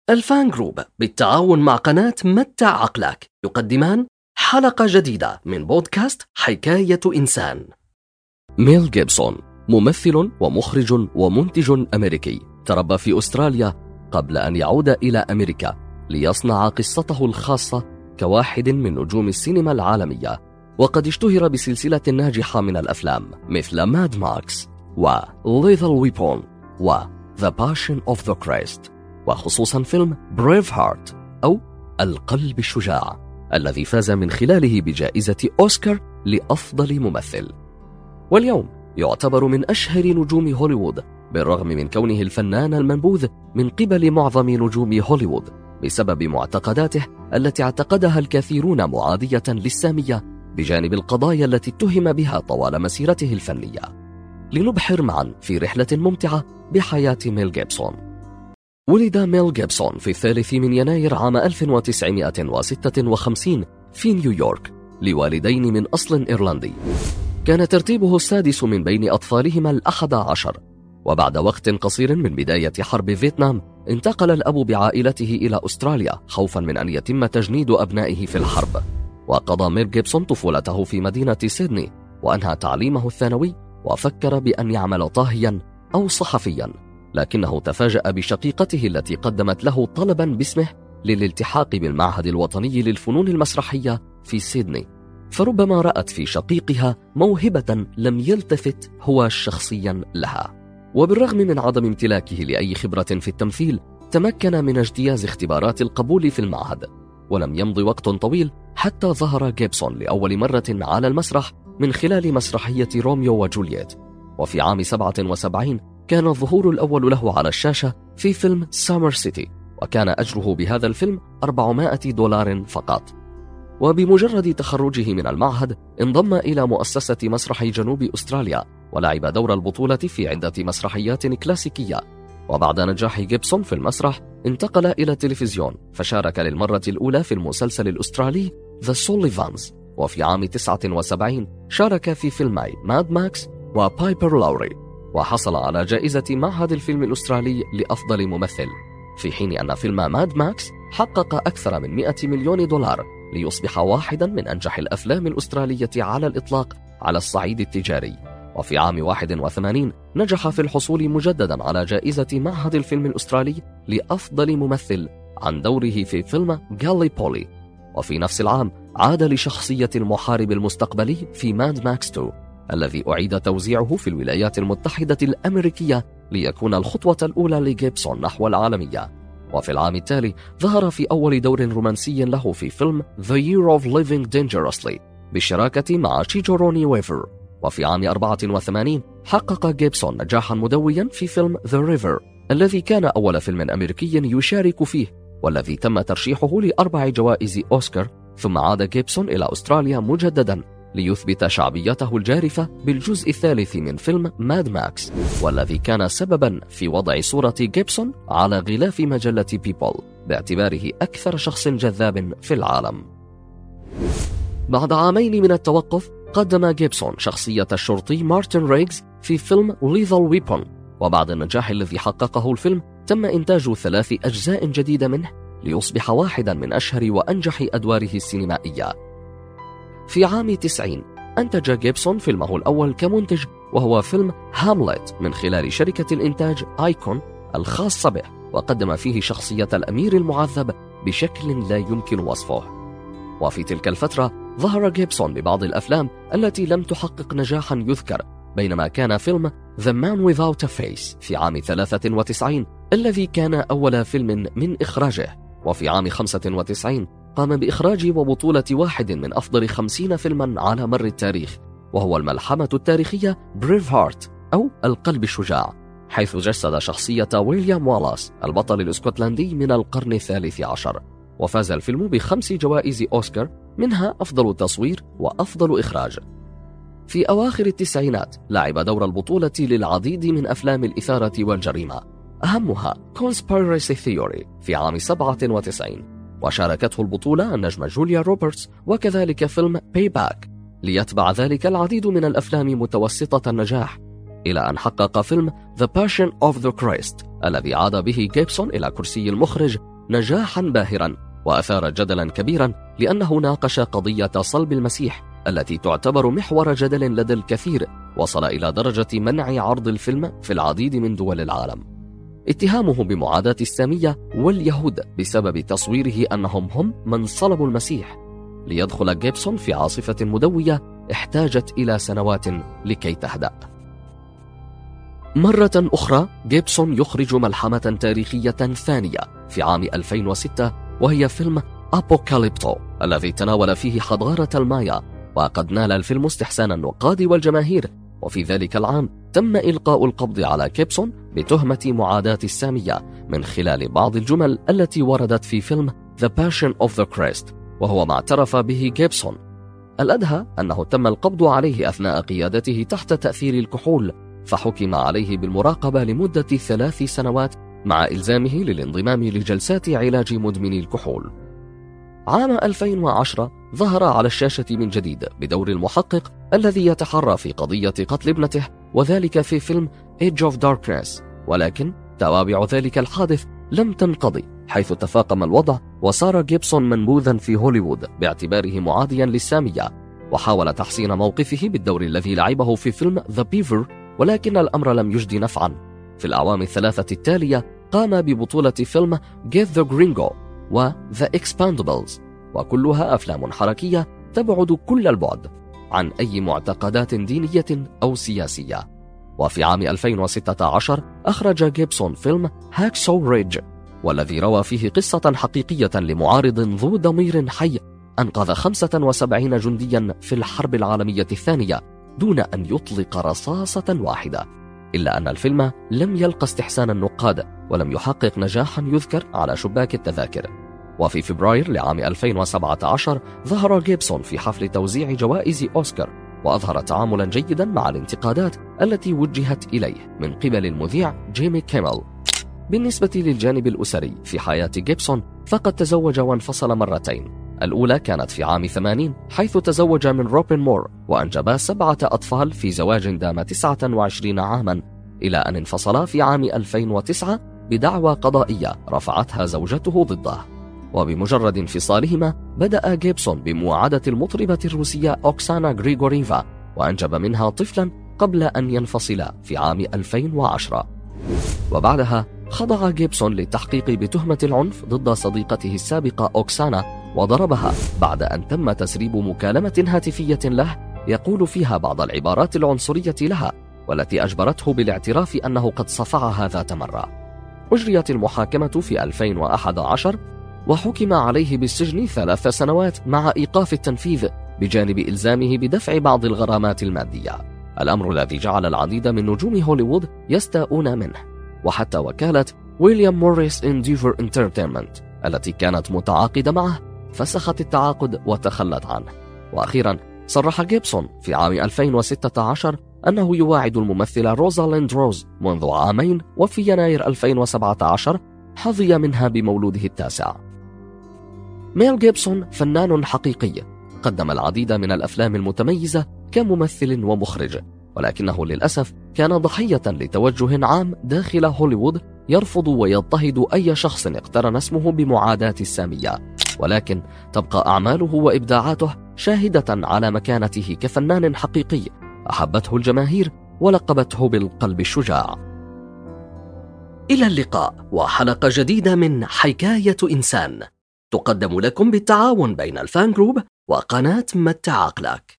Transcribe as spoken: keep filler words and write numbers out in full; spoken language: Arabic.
الفان جروب بالتعاون مع قناة متع عقلك يقدمان حلقة جديدة من بودكاست حكاية إنسان. ميل جيبسون ممثل ومخرج ومنتج أمريكي تربى في أستراليا قبل أن يعود إلى أمريكا ليصنع قصته الخاصة كواحد من نجوم السينما العالمية، وقد اشتهر بسلسلة ناجحة من الأفلام مثل ماد ماكس و Lethal Weapon و The Passion of the Christ، وخصوصا فيلم بريف هارت أو القلب الشجاع الذي فاز من خلاله بجائزة أوسكار لأفضل ممثل. واليوم يعتبر من أشهر نجوم هوليوود بالرغم من كونه الفنان المنبوذ من قبل معظم نجوم هوليوود بسبب معتقداته التي اعتقدها الكثيرون معادية للسامية بجانب القضايا التي اتهم بها طوال مسيرته الفنية. لنبحر معا في رحلة ممتعة بحياة ميل جيبسون. ولد ميل جيبسون في الثالث من يناير عام ألف وتسعمائة وستة وخمسين في نيويورك لوالدين من أصل إيرلندي. كان ترتيبه السادس من بين أطفالهما الأحد عشر، وبعد وقت قصير من بداية حرب فيتنام انتقل الأب بعائلته إلى أستراليا خوفا من أن يتم تجنيد أبنائه في الحرب. وقضى ميل جيبسون طفولته في مدينة سيدني، وأنهى تعليمه الثانوي وفكر بأن يعمل طاهيا أو صحفيا، لكنه تفاجأ بشقيقته التي قدمت له طلبا باسمه للالتحاق بالمعهد الوطني للفنون المسرحية في سيدني، فربما رأت في شقيقها موهبة لم يلتفت هو شخصيا لها. وبالرغم من عدم امتلاكه لأي خبرة في التمثيل تمكن من اجتياز اختبارات القبول في المعهد. ولم يمض وقت طويل حتى ظهر جيبسون لأول مرة على المسرح من خلال مسرحية روميو وجولييت، وفي عام سبعة وسبعين كان الظهور الأول له على الشاشة في فيلم سامر سيتي، وكان أجره بهذا الفيلم أربعمائة دولار فقط. وبمجرد تخرجه من المعهد انضم إلى مؤسسة مسرح جنوب أستراليا ولعب دور البطولة في عدة مسرحيات كلاسيكية. وبعد نجاح جيبسون في المسرح انتقل إلى التلفزيون فشارك للمرة الأولى في المسلسل الأسترالي The Sullivans، وفي عام تسعة وسبعين شارك في فيلمي ماد ماكس وبايبر لوري، وحصل على جائزة معهد الفيلم الأسترالي لأفضل ممثل، في حين أن فيلم ماد ماكس حقق أكثر من مئة مليون دولار ليصبح واحدا من أنجح الأفلام الأسترالية على الإطلاق على الصعيد التجاري. وفي عام واحد وثمانين نجح في الحصول مجددا على جائزة معهد الفيلم الأسترالي لأفضل ممثل عن دوره في فيلم غاليبولي. وفي نفس العام عاد لشخصية المحارب المستقبلي في ماد ماكس اثنين الذي أعيد توزيعه في الولايات المتحدة الأمريكية ليكون الخطوة الأولى لجيبسون نحو العالمية. وفي العام التالي ظهر في أول دور رومانسي له في فيلم The Year of Living Dangerously بالشراكة مع شيجوروني ويفر. وفي عام أربعة وثمانين حقق جيبسون نجاحا مدويا في فيلم The River الذي كان أول فيلم أمريكي يشارك فيه، والذي تم ترشيحه لأربع جوائز أوسكار. ثم عاد جيبسون إلى أستراليا مجددا ليثبت شعبيته الجارفة بالجزء الثالث من فيلم ماد ماكس، والذي كان سببا في وضع صورة جيبسون على غلاف مجلة بيبل باعتباره أكثر شخص جذاب في العالم. بعد عامين من التوقف قدم جيبسون شخصية الشرطي مارتن ريغز في فيلم Lethal Weapon، وبعد النجاح الذي حققه الفيلم تم إنتاج ثلاث أجزاء جديدة منه ليصبح واحدا من أشهر وأنجح أدواره السينمائية. في عام تسعين أنتج جيبسون فيلمه الأول كمنتج وهو فيلم هاملت من خلال شركة الإنتاج آيكون الخاصة به، وقدم فيه شخصية الأمير المعذب بشكل لا يمكن وصفه. وفي تلك الفترة ظهر جيبسون ببعض الأفلام التي لم تحقق نجاحا يذكر، بينما كان فيلم The Man Without a Face في عام ثلاثة وتسعين الذي كان أول فيلم من إخراجه. وفي عام خمسة وتسعين قام بإخراج وبطولة واحد من أفضل خمسين فيلما على مر التاريخ، وهو الملحمة التاريخية بريف هارت أو القلب الشجاع، حيث جسد شخصية ويليام والاس البطل الاسكتلندي من القرن الثالث عشر. وفاز الفيلم بخمس جوائز أوسكار، منها أفضل تصوير وأفضل إخراج. في أواخر التسعينات لعب دور البطولة للعديد من أفلام الإثارة والجريمة، أهمها Conspiracy Theory في عام سبعة وتسعين، وشاركته البطولة النجمة جوليا روبرتس، وكذلك فيلم Payback، ليتبع ذلك العديد من الأفلام متوسطة النجاح، إلى أن حقق فيلم The Passion of the Christ الذي عاد به جيبسون إلى كرسي المخرج نجاحا باهرا، وأثار جدلا كبيرا لأنه ناقش قضية صلب المسيح التي تعتبر محور جدل لدى الكثير، وصل إلى درجة منع عرض الفيلم في العديد من دول العالم. اتهامه بمعاداة السامية واليهود بسبب تصويره أنهم هم من صلبوا المسيح. ليدخل جيبسون في عاصفة مدوية احتاجت إلى سنوات لكي تهدأ. مرة أخرى جيبسون يخرج ملحمة تاريخية ثانية في عام ألفين وستة، وهي فيلم أبوكاليبتو الذي تناول فيه حضارة المايا، وقد نال الفيلم استحسان النقاد والجماهير. وفي ذلك العام تم إلقاء القبض على جيبسون بتهمة معاداة السامية من خلال بعض الجمل التي وردت في فيلم The Passion of the Christ، وهو ما اعترف به جيبسون. الأدهى أنه تم القبض عليه أثناء قيادته تحت تأثير الكحول، فحكم عليه بالمراقبة لمدة ثلاث سنوات مع إلزامه للانضمام لجلسات علاج مدمني الكحول. عام ألفين وعشرة ظهر على الشاشة من جديد بدور المحقق الذي يتحرى في قضية قتل ابنته، وذلك في فيلم Age of Darkness، ولكن توابع ذلك الحادث لم تنقضي، حيث تفاقم الوضع وصار جيبسون منبوذا في هوليوود باعتباره معاديا للسامية، وحاول تحسين موقفه بالدور الذي لعبه في فيلم The Beaver، ولكن الأمر لم يجد نفعا. في الأعوام الثلاثة التالية قام ببطولة فيلم Get the Gringo و The Expendables، وكلها أفلام حركية تبعد كل البعد عن أي معتقدات دينية أو سياسية. وفي عام ألفين وستة عشر أخرج جيبسون فيلم هاكسو ريدج، والذي روى فيه قصة حقيقية لمعارض ذو ضمير حي أنقذ خمسة وسبعين جنديا في الحرب العالمية الثانية دون أن يطلق رصاصة واحدة، إلا أن الفيلم لم يلقى استحسان النقاد ولم يحقق نجاحا يذكر على شباك التذاكر. وفي فبراير لعام ألفين وسبعة عشر ظهر جيبسون في حفل توزيع جوائز أوسكار، وأظهر تعاملا جيدا مع الانتقادات التي وجهت إليه من قبل المذيع جيمي كيمل. بالنسبة للجانب الأسري في حياة جيبسون فقد تزوج وانفصل مرتين. الأولى كانت في عام ثمانين حيث تزوج من روبن مور، وأنجب سبعة أطفال في زواج دام تسعة وعشرين عاما، إلى أن انفصلا في عام ألفين وتسعة بدعوى قضائية رفعتها زوجته ضده. وبمجرد انفصالهما بدأ جيبسون بمواعدة المطربة الروسية أوكسانا غريغوريفا، وأنجب منها طفلا قبل أن ينفصلا في عام ألفين وعشرة. وبعدها خضع جيبسون للتحقيق بتهمة العنف ضد صديقته السابقة أوكسانا، وضربها بعد أن تم تسريب مكالمة هاتفية له يقول فيها بعض العبارات العنصرية لها، والتي أجبرته بالاعتراف أنه قد صفعها ذات مرة. أجريت المحاكمة في ألفين وأحد عشر، وحكم عليه بالسجن ثلاث سنوات مع إيقاف التنفيذ بجانب إلزامه بدفع بعض الغرامات المادية، الأمر الذي جعل العديد من نجوم هوليوود يستاءون منه. وحتى وكالة ويليام موريس إنديفر انترتينمنت التي كانت متعاقدة معه فسخت التعاقد وتخلت عنه. وأخيرا صرح جيبسون في عام ألفين وستة عشر أنه يواعد الممثلة روزاليند روز منذ عامين، وفي يناير ألفين وسبعة عشر حظي منها بمولوده التاسع. ميل جيبسون فنان حقيقي، قدم العديد من الأفلام المتميزة كممثل ومخرج، ولكنه للأسف كان ضحية لتوجه عام داخل هوليوود يرفض ويضطهد أي شخص اقترن اسمه بمعاداة السامية، ولكن تبقى أعماله وإبداعاته شاهدة على مكانته كفنان حقيقي أحبته الجماهير ولقبته بالقلب الشجاع. إلى اللقاء وحلقة جديدة من حكاية إنسان، تقدم لكم بالتعاون بين الفان جروب وقناة متع عقلك.